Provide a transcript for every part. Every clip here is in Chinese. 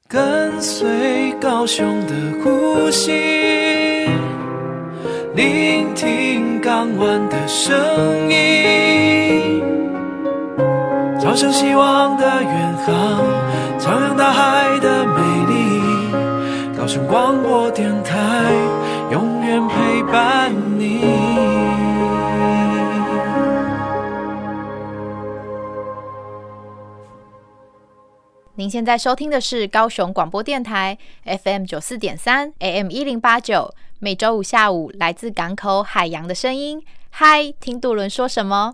跟随高雄的呼吸，聆听港湾的声音，朝向希望的远航，徜徉大海的美丽。高雄广播电台永远陪伴你。 您现在收听的是高雄广播电台 FM 94.3 AM 1089，每周五下午来自港口海洋的声音。嗨，听渡轮说什么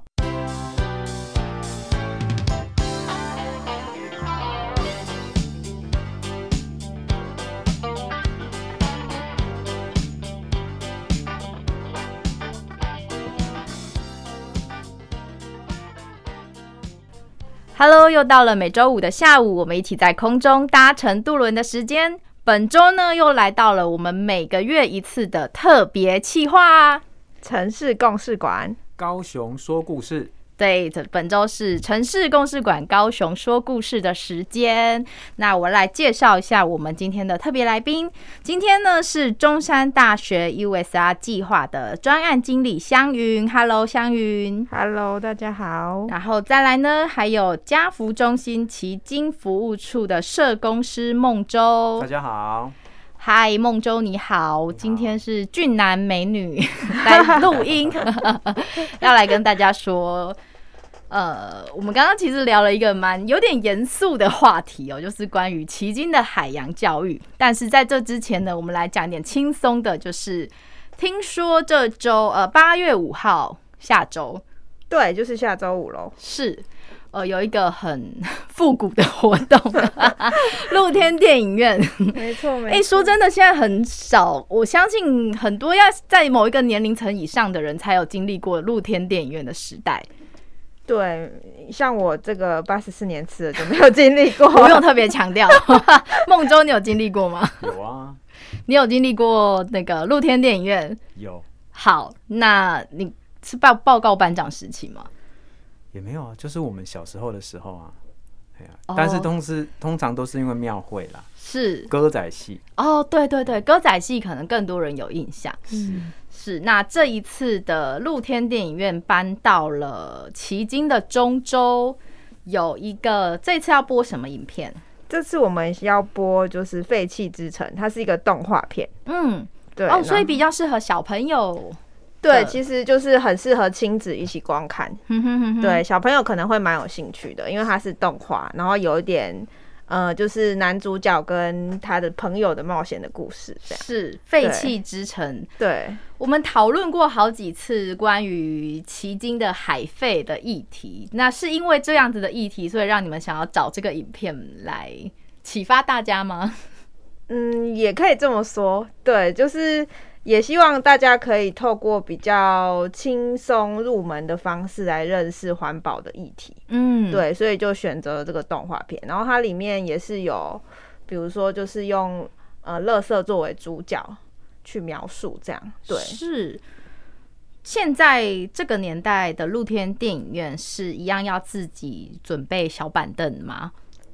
？Hello， 又到了每周五的下午，我们一起在空中搭乘渡轮的时间。本周呢，又来到了我们每个月一次的特别企划—— 城市共事馆， 高雄说故事。 对，本周是城市共事馆高雄说故事的时间。那我来介绍一下我们今天的特别来宾。今天呢是中山大学 USR 计划的专案经理香云。Hello， 香云。 Hello， 大家好。 然后再来呢，还有家福中心旗津服务处的社工师孟舟。 大家好。 嗨，孟舟你好，今天是俊男美女来录音，要来跟大家说，我们刚刚其实聊了一个有点严肃的话题哦，就是关于旗津的海洋教育。但是在这之前呢，我们来讲一点轻松的，就是听说这周8月5号下周， 对，就是下周五咯， 是。有一个很复古的活动，露天电影院。 没错，没错。 说真的，现在很少，我相信很多要在某一个年龄层以上的人才有经历过露天电影院的时代。 对，像我这个84年次的就没有经历过， 不用特别强调。孟舟，你有经历过吗？ 有啊。 你有经历过那个露天电影院？ 有。 好，那你是报告班长时期吗？ 也没有啊，就是我们小时候的时候啊，但是通常都是因为庙会啦， 是歌仔戏哦，对对对，歌仔戏可能更多人有印象，是。那这一次的露天电影院搬到了旗津的中州，有一个这次要播什么影片？ 这次我们要播就是《废弃之城》，它是一个动画片，对哦，所以比较适合小朋友。 对，其实就是很适合亲子一起观看。对，小朋友可能会蛮有兴趣的，因为它是动画，然后有一点就是男主角跟他的朋友的冒险的故事，这样是废弃之城。 对， 我们讨论过好几次关于旗津的海废的议题，那是因为这样子的议题，所以让你们想要找这个影片来启发大家吗？ 也可以这么说。对，就是也希望大家可以透过比较轻松入门的方式来认识环保的议题。对，所以就选择了这个动画片，然后它里面也是有，比如说就是用垃圾作为主角去描述，这样。对， 是。现在这个年代的露天电影院是一样要自己准备小板凳吗？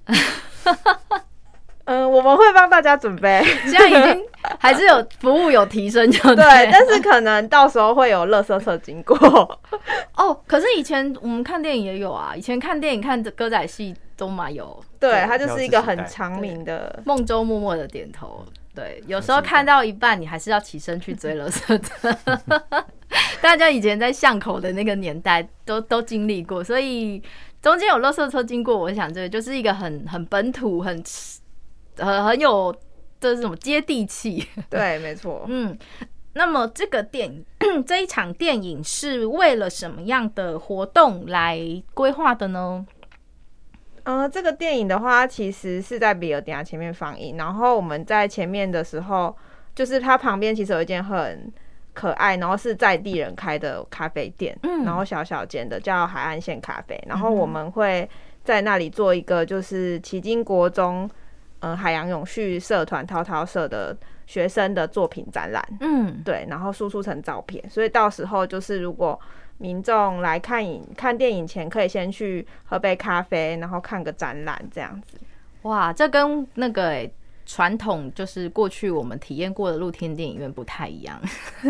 我们会帮大家准备， 现在已经还是有服务有提升就对，但是可能到时候会有垃圾车经过。 哦，可是以前我们看电影也有啊，以前看电影看歌仔戏都蛮有。对， 它就是一个很长明的。 孟舟默默的点头。对，有时候看到一半，你还是要起身去追垃圾的。大家以前在巷口的那个年代都经历过，所以中间有垃圾车经过，我想这个就是一个很本土、很有这是什么接地气。 对，没错。 那么这个这一场电影是为了什么样的活动来规划的呢？ 这个电影的话，其实是在比尔迪亚前面放映，然后我们在前面的时候，就是它旁边其实有一间很可爱，然后是在地人开的咖啡店，然后小小间的叫海岸线咖啡，然后我们会在那里做一个就是旗津国中海洋永续社团滔滔社的学生的作品展览，对，然后输出成照片，所以到时候就是如果民众来看电影前，可以先去喝杯咖啡，然后看个展览这样子。 哇，这跟那个传统就是过去我们体验过的露天电影院不太一样。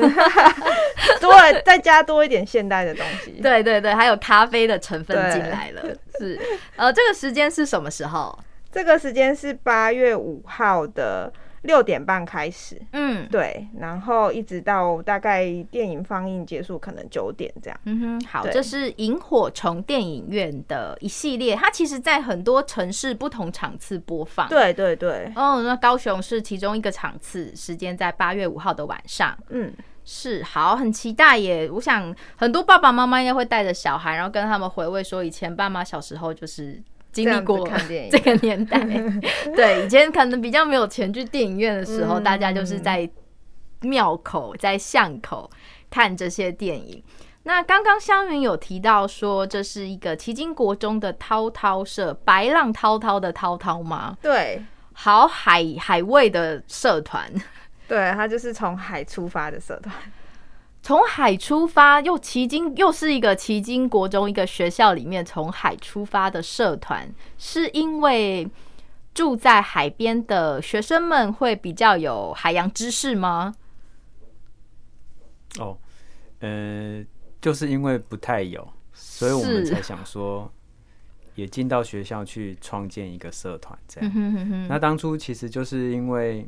对，再加多一点现代的东西。 对对对，还有咖啡的成分进来了。是，这个时间是什么时候？ 这个时间是8月5号的6点半开始，对，然后一直到大概电影放映结束，可能9点这样。 好，这是萤火虫电影院的一系列，它其实在很多城市不同场次播放。 对对对。 那高雄是其中一个场次，时间在8月5号的晚上。是，好，很期待耶！我想很多爸爸妈妈应该会带着小孩，然后跟他们回味说，以前爸妈小时候就是经历过这个年代。对，以前可能比较没有钱去电影院的时候，大家就是在庙口、在巷口看这些电影。那刚刚湘云有提到说，这是一个旗津国中的滔滔社，白浪滔滔的滔滔吗？ 对， 好海味的社团。 对，它就是从海出发的社团。 从海出发，又是一个旗津国中一个学校里面从海出发的社团，是因为住在海边的学生们会比较有海洋知识吗？ 就是因为不太有，所以我们才想说也进到学校去创建一个社团这样。那当初其实就是因为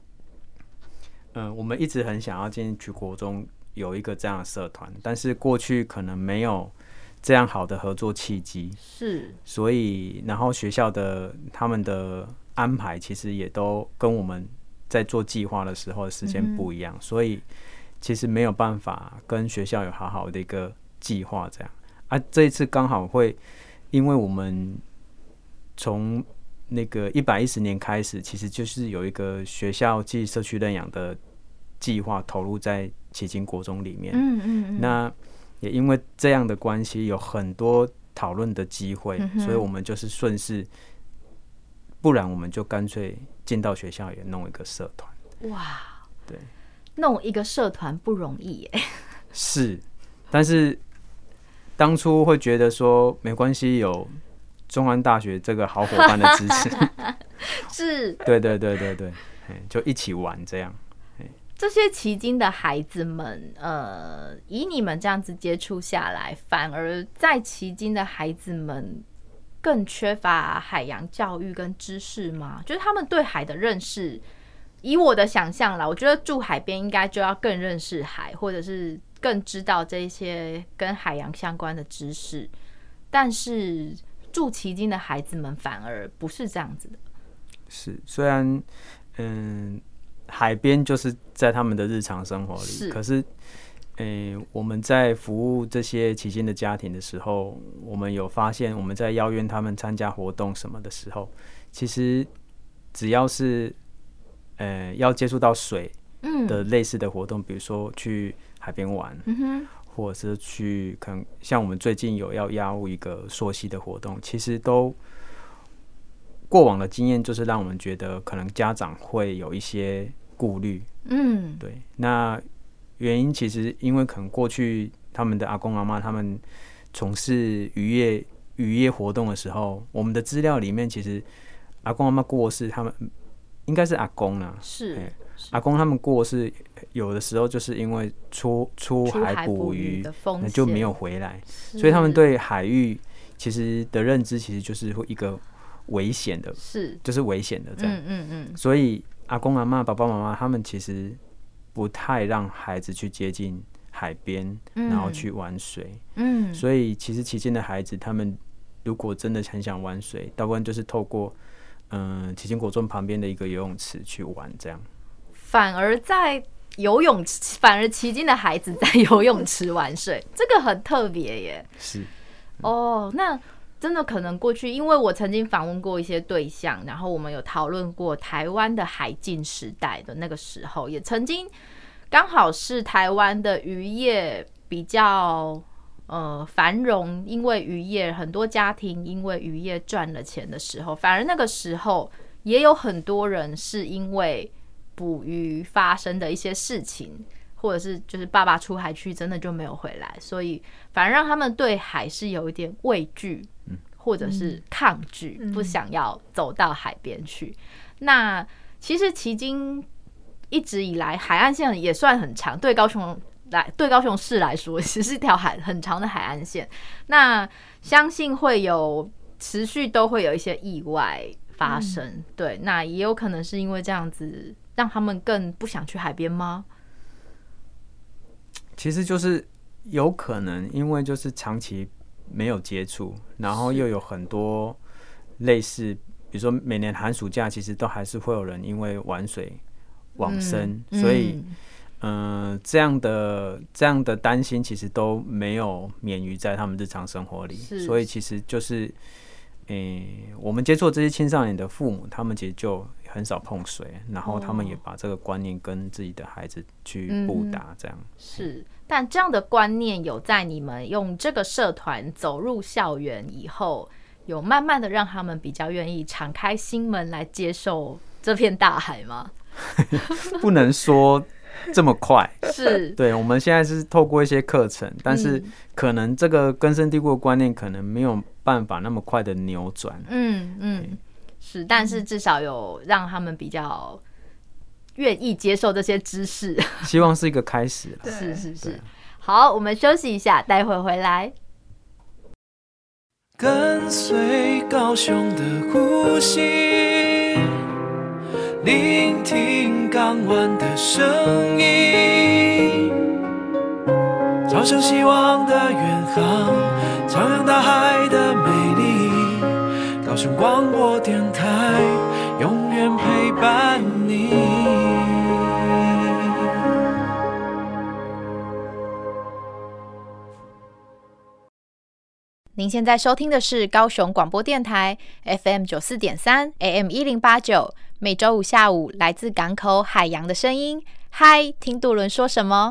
我们一直很想要进去国中有一个这样的社团，但是过去可能没有这样好的合作契机， 是， 所以然后学校的他们的安排其实也都跟我们在做计划的时候的时间不一样，所以其实没有办法跟学校有好好的一个计划这样啊。这一次刚好会因为我们从那个110年开始，其实就是有一个学校暨社区认养的计划投入在旗津国中里面。那也因为这样的关系，有很多讨论的机会，所以我们就是顺势，不然我们就干脆进到学校也弄一个社团。 哇， 对， 弄一个社团不容易耶。 是，但是当初会觉得说没关系，有中安大学这个好伙伴的支持。 是， 对对对对对，就一起玩这样。 这些旗津的孩子们，以你们这样子接触下来，反而在旗津的孩子们更缺乏海洋教育跟知识吗？就是他们对海的认识，以我的想象啦，我觉得住海边应该就要更认识海，或者是更知道这些跟海洋相关的知识。但是住旗津的孩子们反而不是这样子的。 是，虽然海边就是在他们的日常生活里，可是我们在服务这些旗津的家庭的时候，我们有发现，我们在邀约他们参加活动什么的时候，其实只要是要接触到水的类似的活动，比如说去海边玩，或者是去可能像我们最近有要邀一个溯溪的活动，其实都过往的经验就是让我们觉得可能家长会有一些顾虑。对，那原因其实因为可能过去他们的阿公阿嬷他们从事渔业活动的时候，我们的资料里面其实阿公阿嬷过世，他们应该是阿公啦， 是阿公他们过世，有的时候就是因为出海捕鱼那就没有回来，所以他们对海域其实的认知其实就是一个危险的，就是危险的这样。所以阿公阿嬷、爸爸妈妈他们其实不太让孩子去接近海边，然后去玩水。所以其实旗津的孩子，他们如果真的很想玩水，大部分就是透过旗津国中旁边的一个游泳池去玩这样。 反而旗津的孩子在游泳池玩水，这个很特别耶。 是那真的可能过去，因为我曾经访问过一些对象，然后我们有讨论过台湾的海禁时代的那个时候，也曾经刚好是台湾的渔业比较繁荣，因为渔业很多家庭因为渔业赚了钱的时候，反而那个时候也有很多人是因为捕鱼发生的一些事情，或者是就是爸爸出海去真的就没有回来，所以反而让他们对海是有一点畏惧， 或者是抗拒，不想要走到海边去。那其实旗津一直以来海岸线也算很长，对高雄市来说，其实是一条很长的海岸线。那相信会有持续都会有一些意外发生，对，那也有可能是因为这样子让他们更不想去海边吗？ 其实就是有可能，因为就是长期没有接触，然后又有很多类似，比如说每年寒暑假，其实都还是会有人因为玩水往生，所以这样的担心其实都没有免于在他们日常生活里，所以其实就是我们接触这些青少年的父母，他们其实就很少碰水，然后他们也把这个观念跟自己的孩子去布达，这样是。但这样的观念有在你们用这个社团走入校园以后，有慢慢的让他们比较愿意敞开心门来接受这片大海吗？ 不能说这么快， 是对，我们现在是透过一些课程，但是可能这个根深蒂固的观念可能没有办法那么快的扭转。 是，但是至少有让他们比较愿意接受这些知识， 希望是一个开始啦。 是。好，我们休息一下，待会回来。 跟随高雄的呼吸，聆听港湾的声音，朝向希望的远航，徜徉大海的美丽。高雄广播电台，永远陪伴你。 您现在收听的是高雄广播电台 FM 94.3 AM 1089，每周五下午来自港口海洋的声音。嗨，听渡轮说什么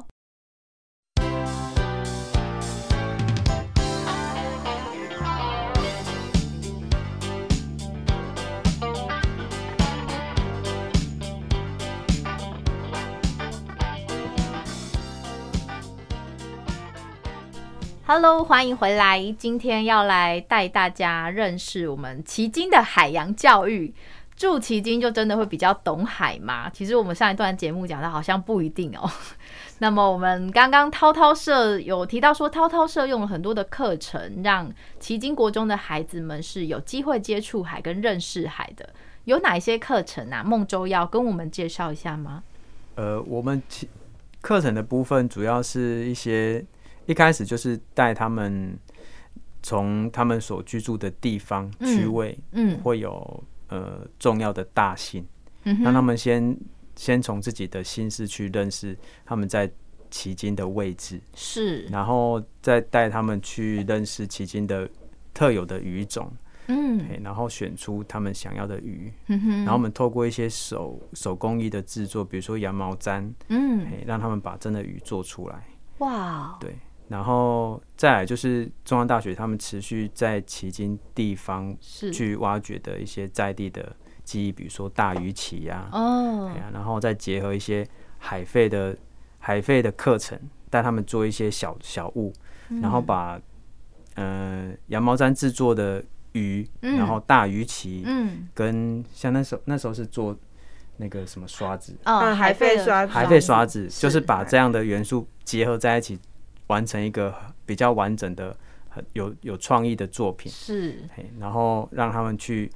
？Hello， 欢迎回来。今天要来带大家认识我们旗津的海洋教育。住旗津就真的会比较懂海吗？其实我们上一段节目讲到，好像不一定哦。那么我们刚刚滔滔社有提到说，滔滔社用了很多的课程，让旗津国中的孩子们是有机会接触海跟认识海的。有哪一些课程啊？孟州要跟我们介绍一下吗？ 我们课程的部分主要是一开始就是带他们从他们所居住的地方区位，会有重要的大姓，让他们先从自己的姓氏去认识他们在旗津的位置，是，然后再带他们去认识旗津的特有的鱼种，然后选出他们想要的鱼，然后我们透过一些手工艺的制作，比如说羊毛毡，让他们把真的鱼做出来。哇，对。然后再来就是中央大学他们持续在旗津地方去挖掘的一些在地的技艺，比如说大鱼旗啊，然后再结合一些海废的课程，带他们做一些小物，然后把羊毛毡制作的鱼，然后大鱼旗，跟像那时候是做那个什么刷子， 海废刷子，就是把这样的元素结合在一起，完成一个比较完整的、有创意的作品，是，然后让他们去，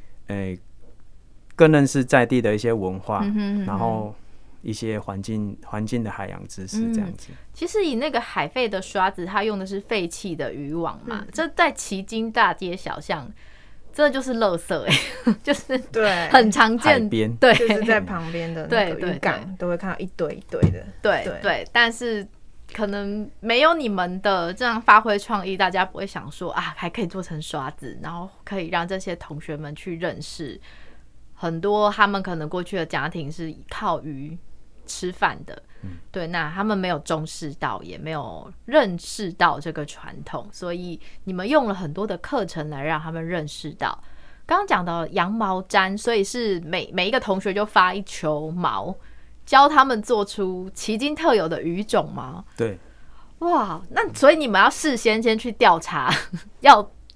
更认识在地的一些文化，然后一些环境的海洋知识，这样子。 其实以那个海废的刷子，它用的是废弃的渔网嘛，这在旗津大街小巷，这就是垃圾就是对很常见， 对，就是在旁边的那个渔港都会看到一堆一堆的， 对，但是可能没有你们的这样发挥创意，大家不会想说啊，还可以做成刷子，然后可以让这些同学们去认识很多他们可能过去的家庭是靠鱼吃饭的，对，那他们没有重视到，也没有认识到这个传统，所以你们用了很多的课程来让他们认识到。刚刚讲到羊毛毡，所以是每一个同学就发一球毛，教他们做出旗津特有的鱼种吗？ 对。 哇，那所以你们要事先去调查，要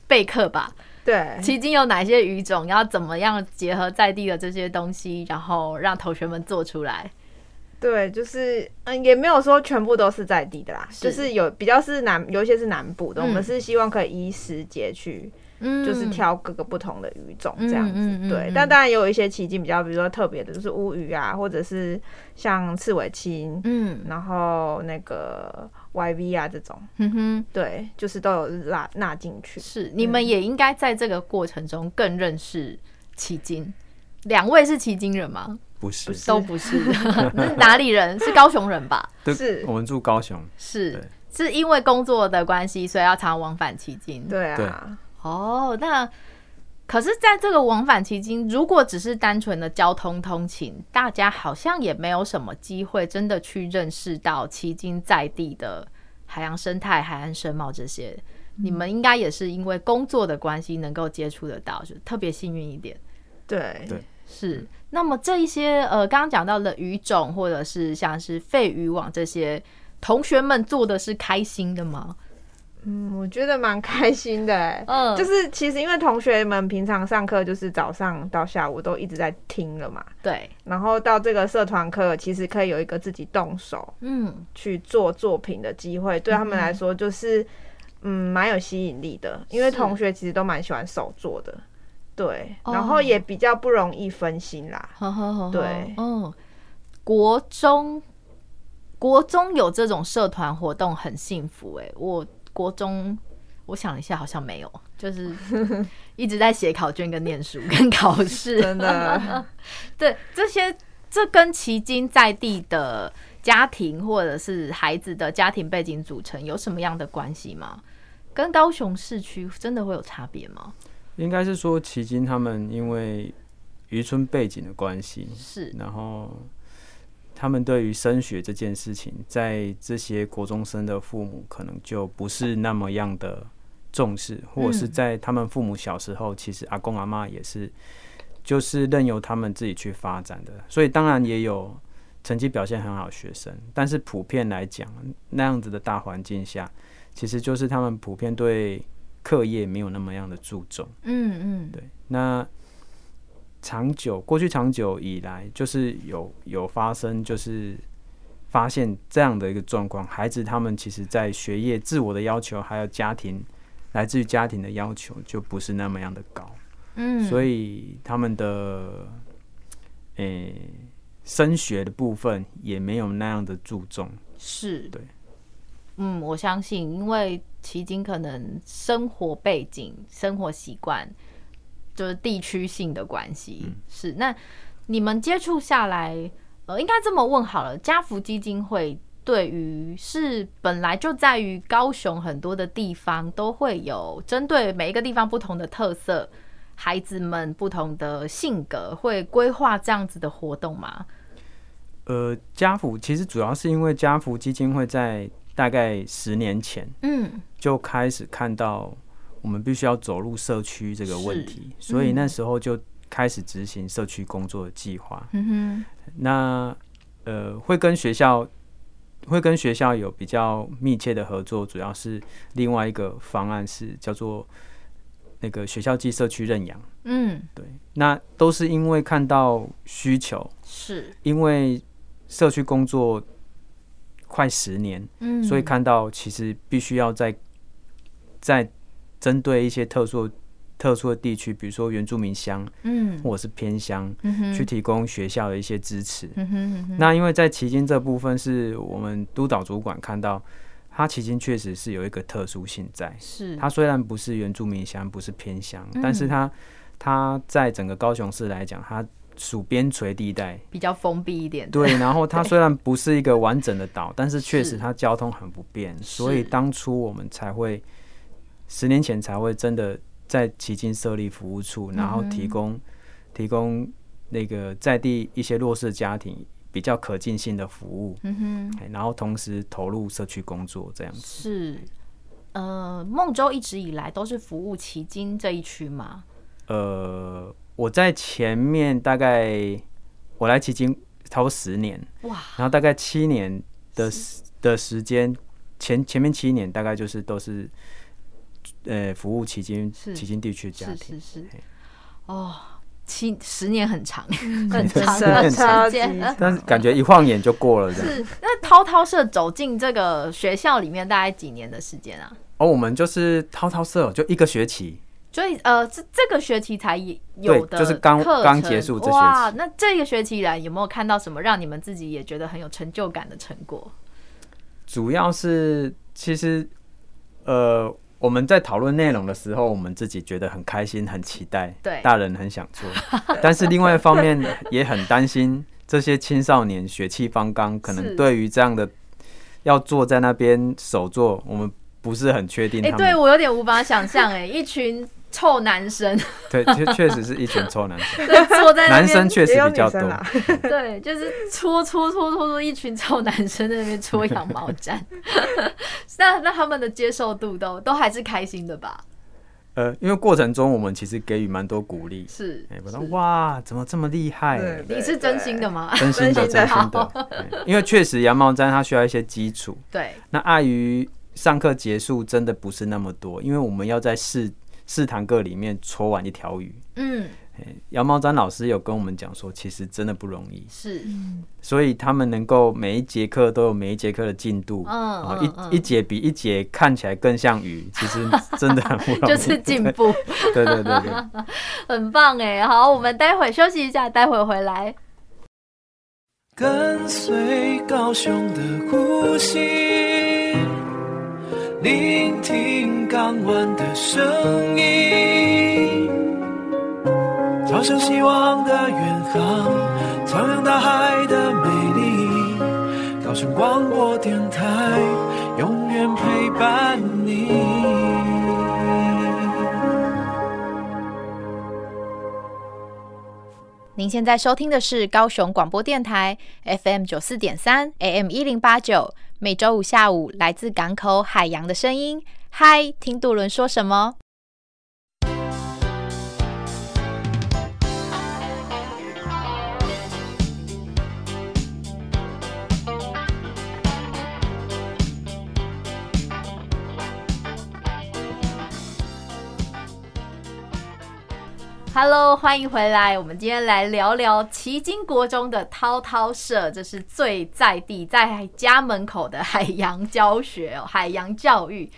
备课吧。 对， 旗津有哪些鱼种，要怎么样结合在地的这些东西，然后让同学们做出来？ 对，就是也没有说全部都是在地的啦，就是有比较是有一些是南部的，我们是希望可以依时节去。就是挑各个不同的鱼种这样子，对。但当然也有一些旗津比较，比如说特别的，就是乌鱼啊，或者是像赤尾青，然后那个 YV 啊这种，对，就是都有纳进去。 是，你们也应该在这个过程中更认识旗津。2位是旗津人吗？ 不是， 都不是。是哪里人？是高雄人吧？ 是， 我们住高雄。 是因为工作的关系，所以要常往返旗津。 对啊。 哦，那可是在这个往返旗津，如果只是单纯的交通通勤，大家好像也没有什么机会真的去认识到旗津在地的海洋生态、海岸生貌这些。你们应该也是因为工作的关系能够接触得到，就特别幸运一点。 对， 是。那么这一些刚刚讲到的鱼种，或者是像是废渔网这些，同学们做的是开心的吗？ 我觉得蛮开心的就是其实因为同学们平常上课就是早上到下午都一直在听了嘛， 对， 然后到这个社团课其实可以有一个自己动手去做作品的机会，对他们来说就是蛮有吸引力的，因为同学其实都蛮喜欢手做的，对，然后也比较不容易分心啦，对， 国中有这种社团活动很幸福我国中我想一下好像没有，就是一直在写考卷跟念书跟考试， 真的对，这跟旗津在地的家庭或者是孩子的家庭背景组成有什么样的关系吗？跟高雄市区真的会有差别吗？ 应该是说旗津他们因为渔村背景的关系， 是， 然后他们对于升学这件事情，在这些国中生的父母可能就不是那么样的重视，或者是在他们父母小时候，其实阿公阿嬷也是，就是任由他们自己去发展的。所以当然也有成绩表现很好的学生，但是普遍来讲，那样子的大环境下，其实就是他们普遍对课业没有那么样的注重。对，那。过去长久以来，就是有发生，就是发现这样的一个状况，孩子他们其实在学业、自我的要求，还有来自于家庭的要求，就不是那么样的高。所以他们的升学的部分也没有那样的注重。 是， 对， 我相信，因为旗津可能生活背景、生活习惯。就是地区性的关系，是。那你们接触下来，应该这么问好了，家福基金会对于是本来就在于高雄很多的地方都会有针对每一个地方不同的特色，孩子们不同的性格，会规划这样子的活动吗？ 家福其实主要是因为家福基金会在大概10年前，就开始看到。我们必须要走入社区这个问题，所以那时候就开始执行社区工作的计划。那会跟学校有比较密切的合作，主要是另外一个方案是叫做那个学校暨社区认养。对，那都是因为看到需求， 是因为社区工作快10年，所以看到其实必须要在针对一些特殊的地区，比如说原住民乡，或者是偏乡，去提供学校的一些支持。那因为在旗津这部分，是我们督导主管看到，它旗津确实是有一个特殊性在。 是， 它虽然不是原住民乡，不是偏乡，但是它在整个高雄市来讲，它属边陲地带， 比较封闭一点。 对，然后它虽然不是一个完整的岛，但是确实它交通很不便，所以当初我们才会。10年前才会真的在旗津设立服务处，然后提供那个在地一些弱势家庭比较可近性的服务，然后同时投入社区工作这样子。是， 孟州一直以来都是服务旗津这一区吗？ 我在前面大概我来旗津差不多10年，哇，然后大概7年的时间，前面7年大概就是都是。 服务旗津地区的家庭。 是哦，10年很长， 很长的时间， 但是感觉一晃眼就过了。 是，那涛涛社走进这个学校里面大概几年的时间啊？ 我们就是涛涛社就1个学期。 所以这个学期才有的， 就是刚结束这学期。 哇，那这个学期以来有没有看到什么让你们自己也觉得很有成就感的成果？ 主要是其实我们在讨论内容的时候，我们自己觉得很开心、很期待， 对， 大人很想做，但是另外一方面也很担心这些青少年血气方刚，可能对于这样的要坐在那边手做，我们不是很确定他们。 对我有点无法想象，一群臭男生， 对，确实是一群臭男生， 坐在那边， 男生确实比较多， 对，就是搓一群臭男生在那边搓羊毛毡。那他们的接受度都还是开心的吧？ 因为过程中我们其实给予蛮多鼓励， 是， 我说哇，怎么这么厉害？ 你是真心的吗？ 真心的，因为确实羊毛毡它需要一些基础， 对， 那碍于上课结束真的不是那么多，因为我们要在4堂课里面搓完一条鱼。羊毛毡老师有跟我们讲说，其实真的不容易， 是， 所以他们能够每一节课都有每一节课的进度，一节比一节看起来更像鱼，其实真的很不容易， 就是进步。 对， 很棒哎！好，我们待会休息一下，待会回来。 跟随高雄的呼吸，聆听港湾的声音，朝向希望的远航，徜徉大海的美丽。高雄广播电台，永远陪伴你。 您现在收听的是高雄广播电台 FM 94.3 AM 1089，每周五下午来自港口海洋的声音。嗨，听渡轮说什么？Hello， 欢迎回来。我们今天来聊聊旗津国中的涛涛社，这是最在地在家门口的海洋教学海洋教育。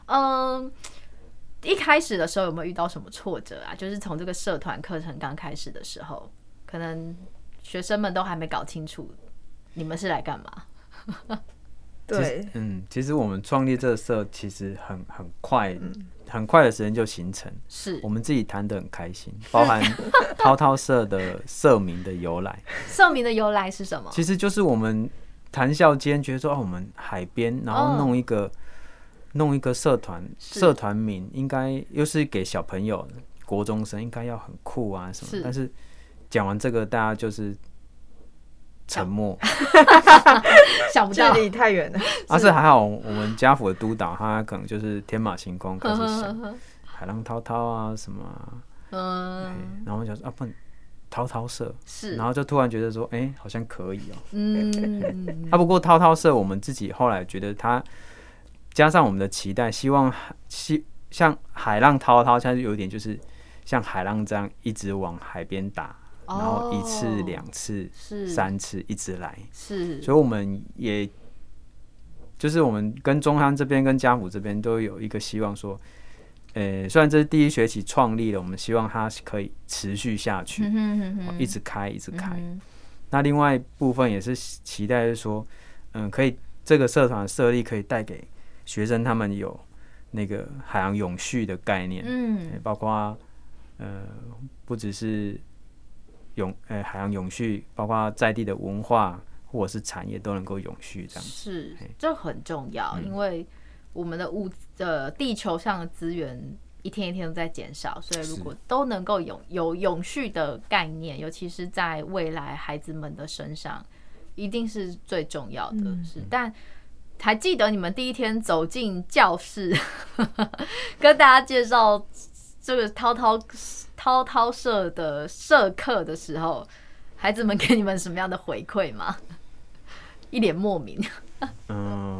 一开始的时候有没有遇到什么挫折啊？就是从这个社团课程刚开始的时候，可能学生们都还没搞清楚你们是来干嘛。 对， 其实我们创立这个社其实很快。很快的时间就形成， 是我们自己谈得很开心，包含涛涛社的社名的由来。 社名的由来是什么？ 其实就是我们谈笑间觉得说，我们海边，然后弄一个社团，社团名应该又是给小朋友、国中生，应该要很酷啊什么。但是讲完这个，大家就是沉默， 想不到距离太远了。 是还好，我们家府的督导他可能就是天马行空开始想海浪涛涛啊什么然后我想说不，涛涛社是，然后就突然觉得说，好像可以不过涛涛社我们自己后来觉得它加上我们的期待，希望像海浪涛涛，它有点就是像海浪这样一直往海边打。然后1次、2次、3次一直来，所以我们也就是我们跟中山这边跟家府这边都有一个希望说，虽然这是第一学期创立了，我们希望它可以持续下去，一直开。那另外一部分也是期待是说，可以这个社团的设立可以带给学生他们有那个海洋永续的概念，包括不只是海洋永续，包括在地的文化或者是产业都能够永续，这样是，这很重要，因为我们的地球上的资源一天一天都在减少，所以如果都能够有永续的概念，尤其是在未来孩子们的身上，一定是最重要的。是，但还记得你们第一天走进教室，跟大家介绍这个涛涛社的社课的时候，孩子们给你们什么样的回馈吗？一脸莫名。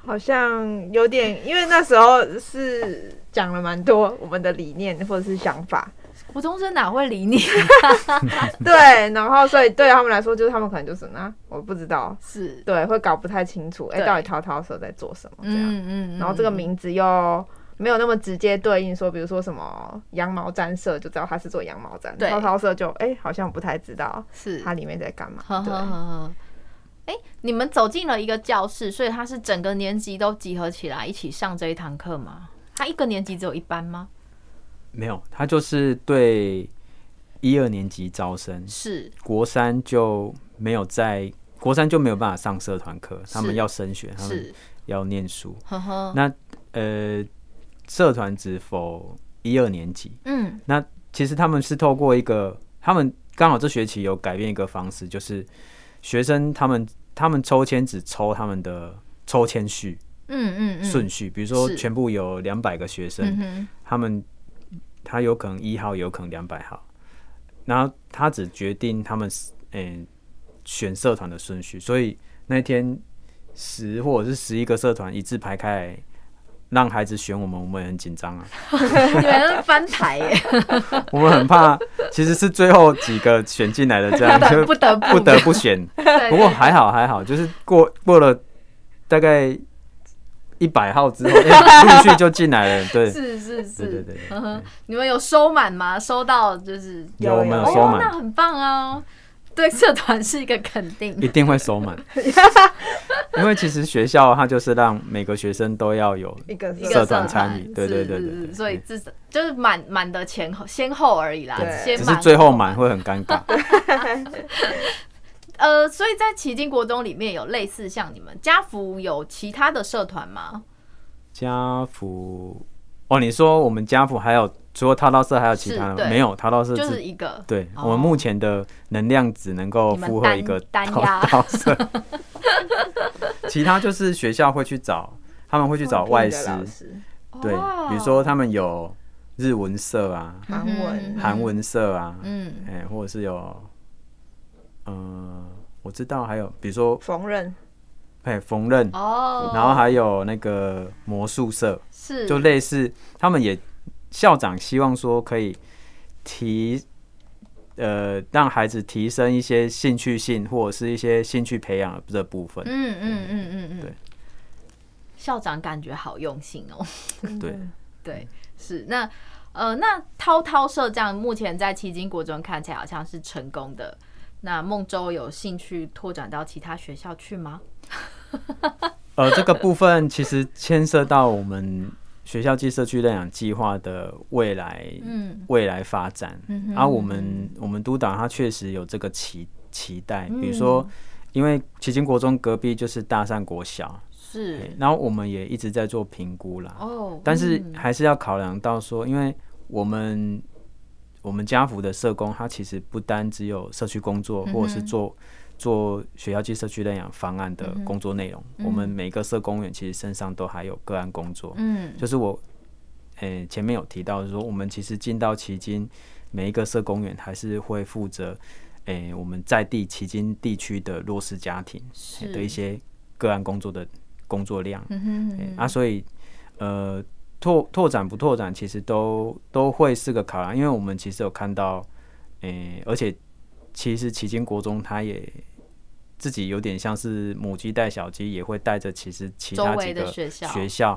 好像有点，因为那时候是讲了蛮多我们的理念或者是想法。 国中生哪会理你？ 对，然后所以对他们来说，就是他们可能就是我不知道， 是对，会搞不太清楚，到底滔滔社在做什么这样。然后这个名字又没有那么直接对应说，比如说什么羊毛毡社就知道他是做羊毛毡，滔滔社就好像不太知道是它里面在干嘛。 对。你们走进了一个教室，所以他是整个年级都集合起来一起上这一堂课吗？他一个年级只有一班吗？ 没有，他就是对1、2年级招生， 是国三就没有办法上社团课，他们要升学，他们要念书。那社团只否1、2年级。那其实他们是透过他们刚好这学期有改变一个方式，就是学生他们抽签只抽他们的抽签序，顺序，比如说全部有200个学生，他有可能1号，有可能200号，然后他只决定他们选社团的顺序，所以那天10或者是11个社团一字排开来，让孩子选我们也很紧张啊。 你们翻牌耶？ 我们很怕，其实是最后几个选进来的，这样就不得不选。不过还好，就是过了大概100号之后，陆续就进来了。对， 是， 对。 你们有收满吗？收到就是有，我们有收满， 那很棒啊！对社团是一个肯定， 一定会收满。因为其实学校它就是让每个学生都要有一个社团参与，对， 所以至少就是满的先后而已啦， 只是最后满会很尴尬。 所以在旗津国中里面有类似像你们家福有其他的社团吗？ 家福你说我们家福还有除了滔滔社还有其他的？没有，滔滔社就是一个。 对，我们目前的能量只能够负荷一个滔涛社。其他就是学校会去找，他们会去找外师，对，比如说他们有日文社啊，韩文社啊，或者是有，我知道还有比如说缝纫， 然后还有那个魔术社，是就类似，他们也校长希望说可以让孩子提升一些兴趣性或者是一些兴趣培养的部分。对， 校长感觉好用心哦。 对， 是那滔滔社这样，目前在旗津国中看起来好像是成功的。那孟州有兴趣拓展到其他学校去吗？ 这个部分其实牵涉到我们学校暨社区认养计划的未来发展。我们督导他确实有这个期待，比如说，因为旗津国中隔壁就是大善国小，是，然后我们也一直在做评估啦。但是还是要考量到说，因为我们家福的社工，他其实不单只有社区工作，或者是做学校暨社区认养方案的工作内容。我们每个社工员其实身上都还有个案工作。就是我前面有提到说，我们其实进到旗津，每一个社工员还是会负责我们在地旗津地区的弱势家庭的一些个案工作的工作量。所以拓展不拓展，其实都会是个考量，因为我们其实有看到，而且其实旗津国中他也自己有点像是母鸡带小鸡，也会带着其实其他几个学校，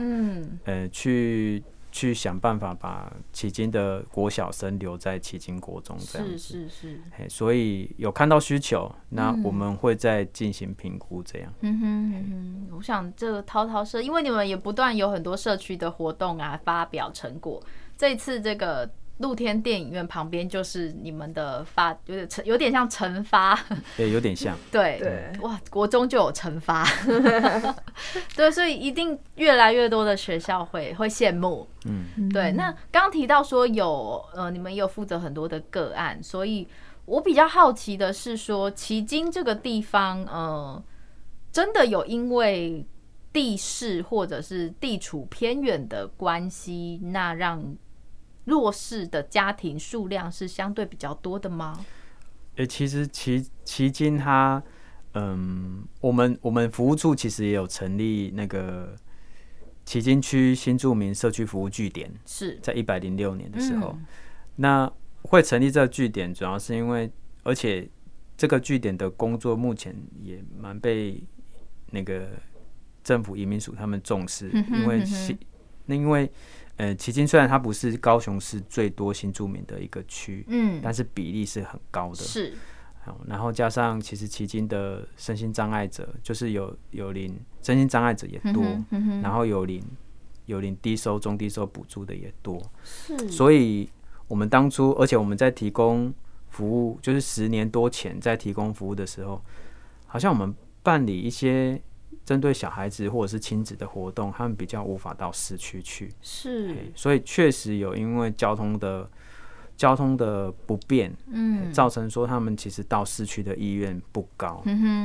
去想办法把旗津的国小生留在旗津国中这样子。是，所以有看到需求，那我们会再进行评估这样。 我想这个滔滔社，因为你们也不断有很多社区的活动啊，发表成果。这一次这个露天电影院旁边就是你们的有点像惩罚， 对，有点像。 对，哇，国中就有惩罚，对，所以一定越来越多的学校会羡慕。对。那刚刚提到说你们也有负责很多的个案，所以我比较好奇的是说，旗津这个地方，真的有因为地势或者是地处偏远的关系，那让弱势的家庭数量是相对比较多的吗？ 其实旗津它我们服务处其实也有成立那个旗津区新住民社区服务据点， 是在106年的时候，那会成立这个据点，主要是因为，而且这个据点的工作目前也蛮被那个政府移民署他们重视，因为旗津虽然它不是高雄市最多新住民的一个区，但是比例是很高的， 是。 然后加上其实旗津的身心障碍者，就是有领身心障碍者也多，然后有领低收、中低收补助的也多，所以我们当初，而且我们在提供服务，就是10年多前在提供服务的时候，好像我们办理一些针对小孩子或者是亲子的活动，他们比较无法到市区去，所以确实有因为交通的不便，造成说他们其实到市区的意愿不高。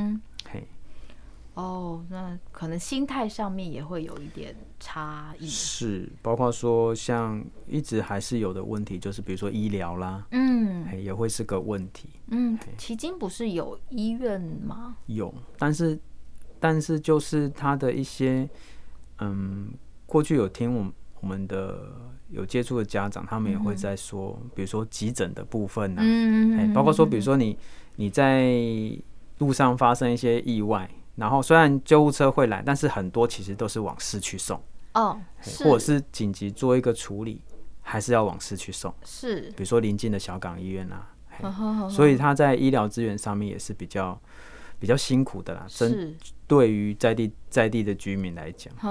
那可能心态上面也会有一点差异。 是，包括说像一直还是有的问题，就是比如说医疗啦，也会是个问题。 旗津不是有医院吗？ 有，但是就是他的一些，过去有听我们的有接触的家长，他们也会在说，比如说急诊的部分啊，包括说，比如说你在路上发生一些意外，然后虽然救护车会来，但是很多其实都是往市区送，或者是紧急做一个处理，还是要往市区送， 是， 比如说邻近的小港医院啊，所以他在医疗资源上面也是比较辛苦的啦，对于在地的居民来讲，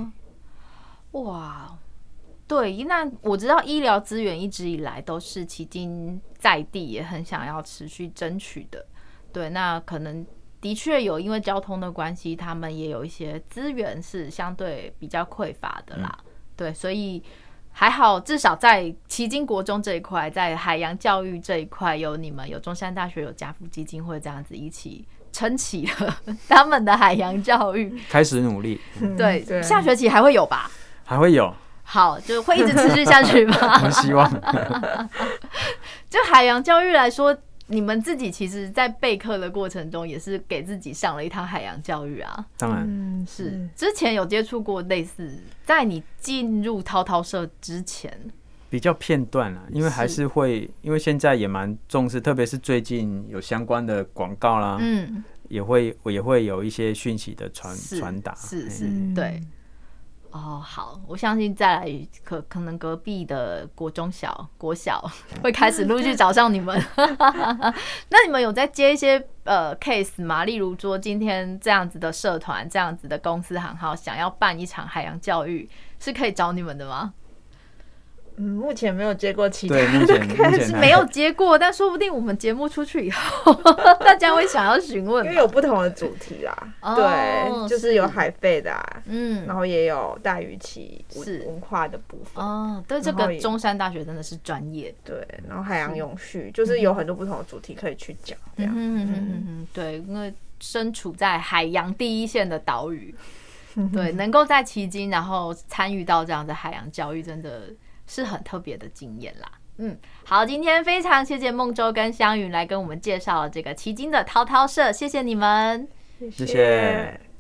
哇，对，那我知道医疗资源一直以来都是旗津在地也很想要持续争取的，对，那可能的确有因为交通的关系，他们也有一些资源是相对比较匮乏的啦，对，所以还好，至少在旗津国中这一块，在海洋教育这一块，有你们有中山大学有家福基金会这样子一起撑起了他们的海洋教育， 开始努力。 对，下学期还会有吧？ 还会有。 好，就会一直持续下去吗？ 我希望。 就海洋教育来说，你们自己其实在备课的过程中，也是给自己上了一堂海洋教育啊。 当然， 是之前有接触过类似，在你进入涛涛社之前， 比较片段啦，因为还是会，因为现在也蛮重视，特别是最近有相关的广告啦，也会有一些讯息的传达， 是，对。好，我相信再来可能隔壁的国小会开始陆续找上你们。那你们有在接一些case 吗？例如说今天这样子的社团、这样子的公司行号想要办一场海洋教育，是可以找你们的吗？ 目前没有接过其他的，对，目前是没有接过，但说不定我们节目出去以后，大家会想要询问， 因为有不同的主题啦。对，就是有海废的啊，然后也有大鱼鳍文化的部分。 对，这个中山大学真的是专业。 对，然后海洋永续，就是有很多不同的主题可以去讲。这样， 对，因为身处在海洋第一线的岛屿，对，能够在旗津然后参与到这样的海洋教育，真的是很特别的经验啦。好，今天非常谢谢孟舟跟湘云来跟我们介绍这个旗津的涛涛社，谢谢你们， 谢谢。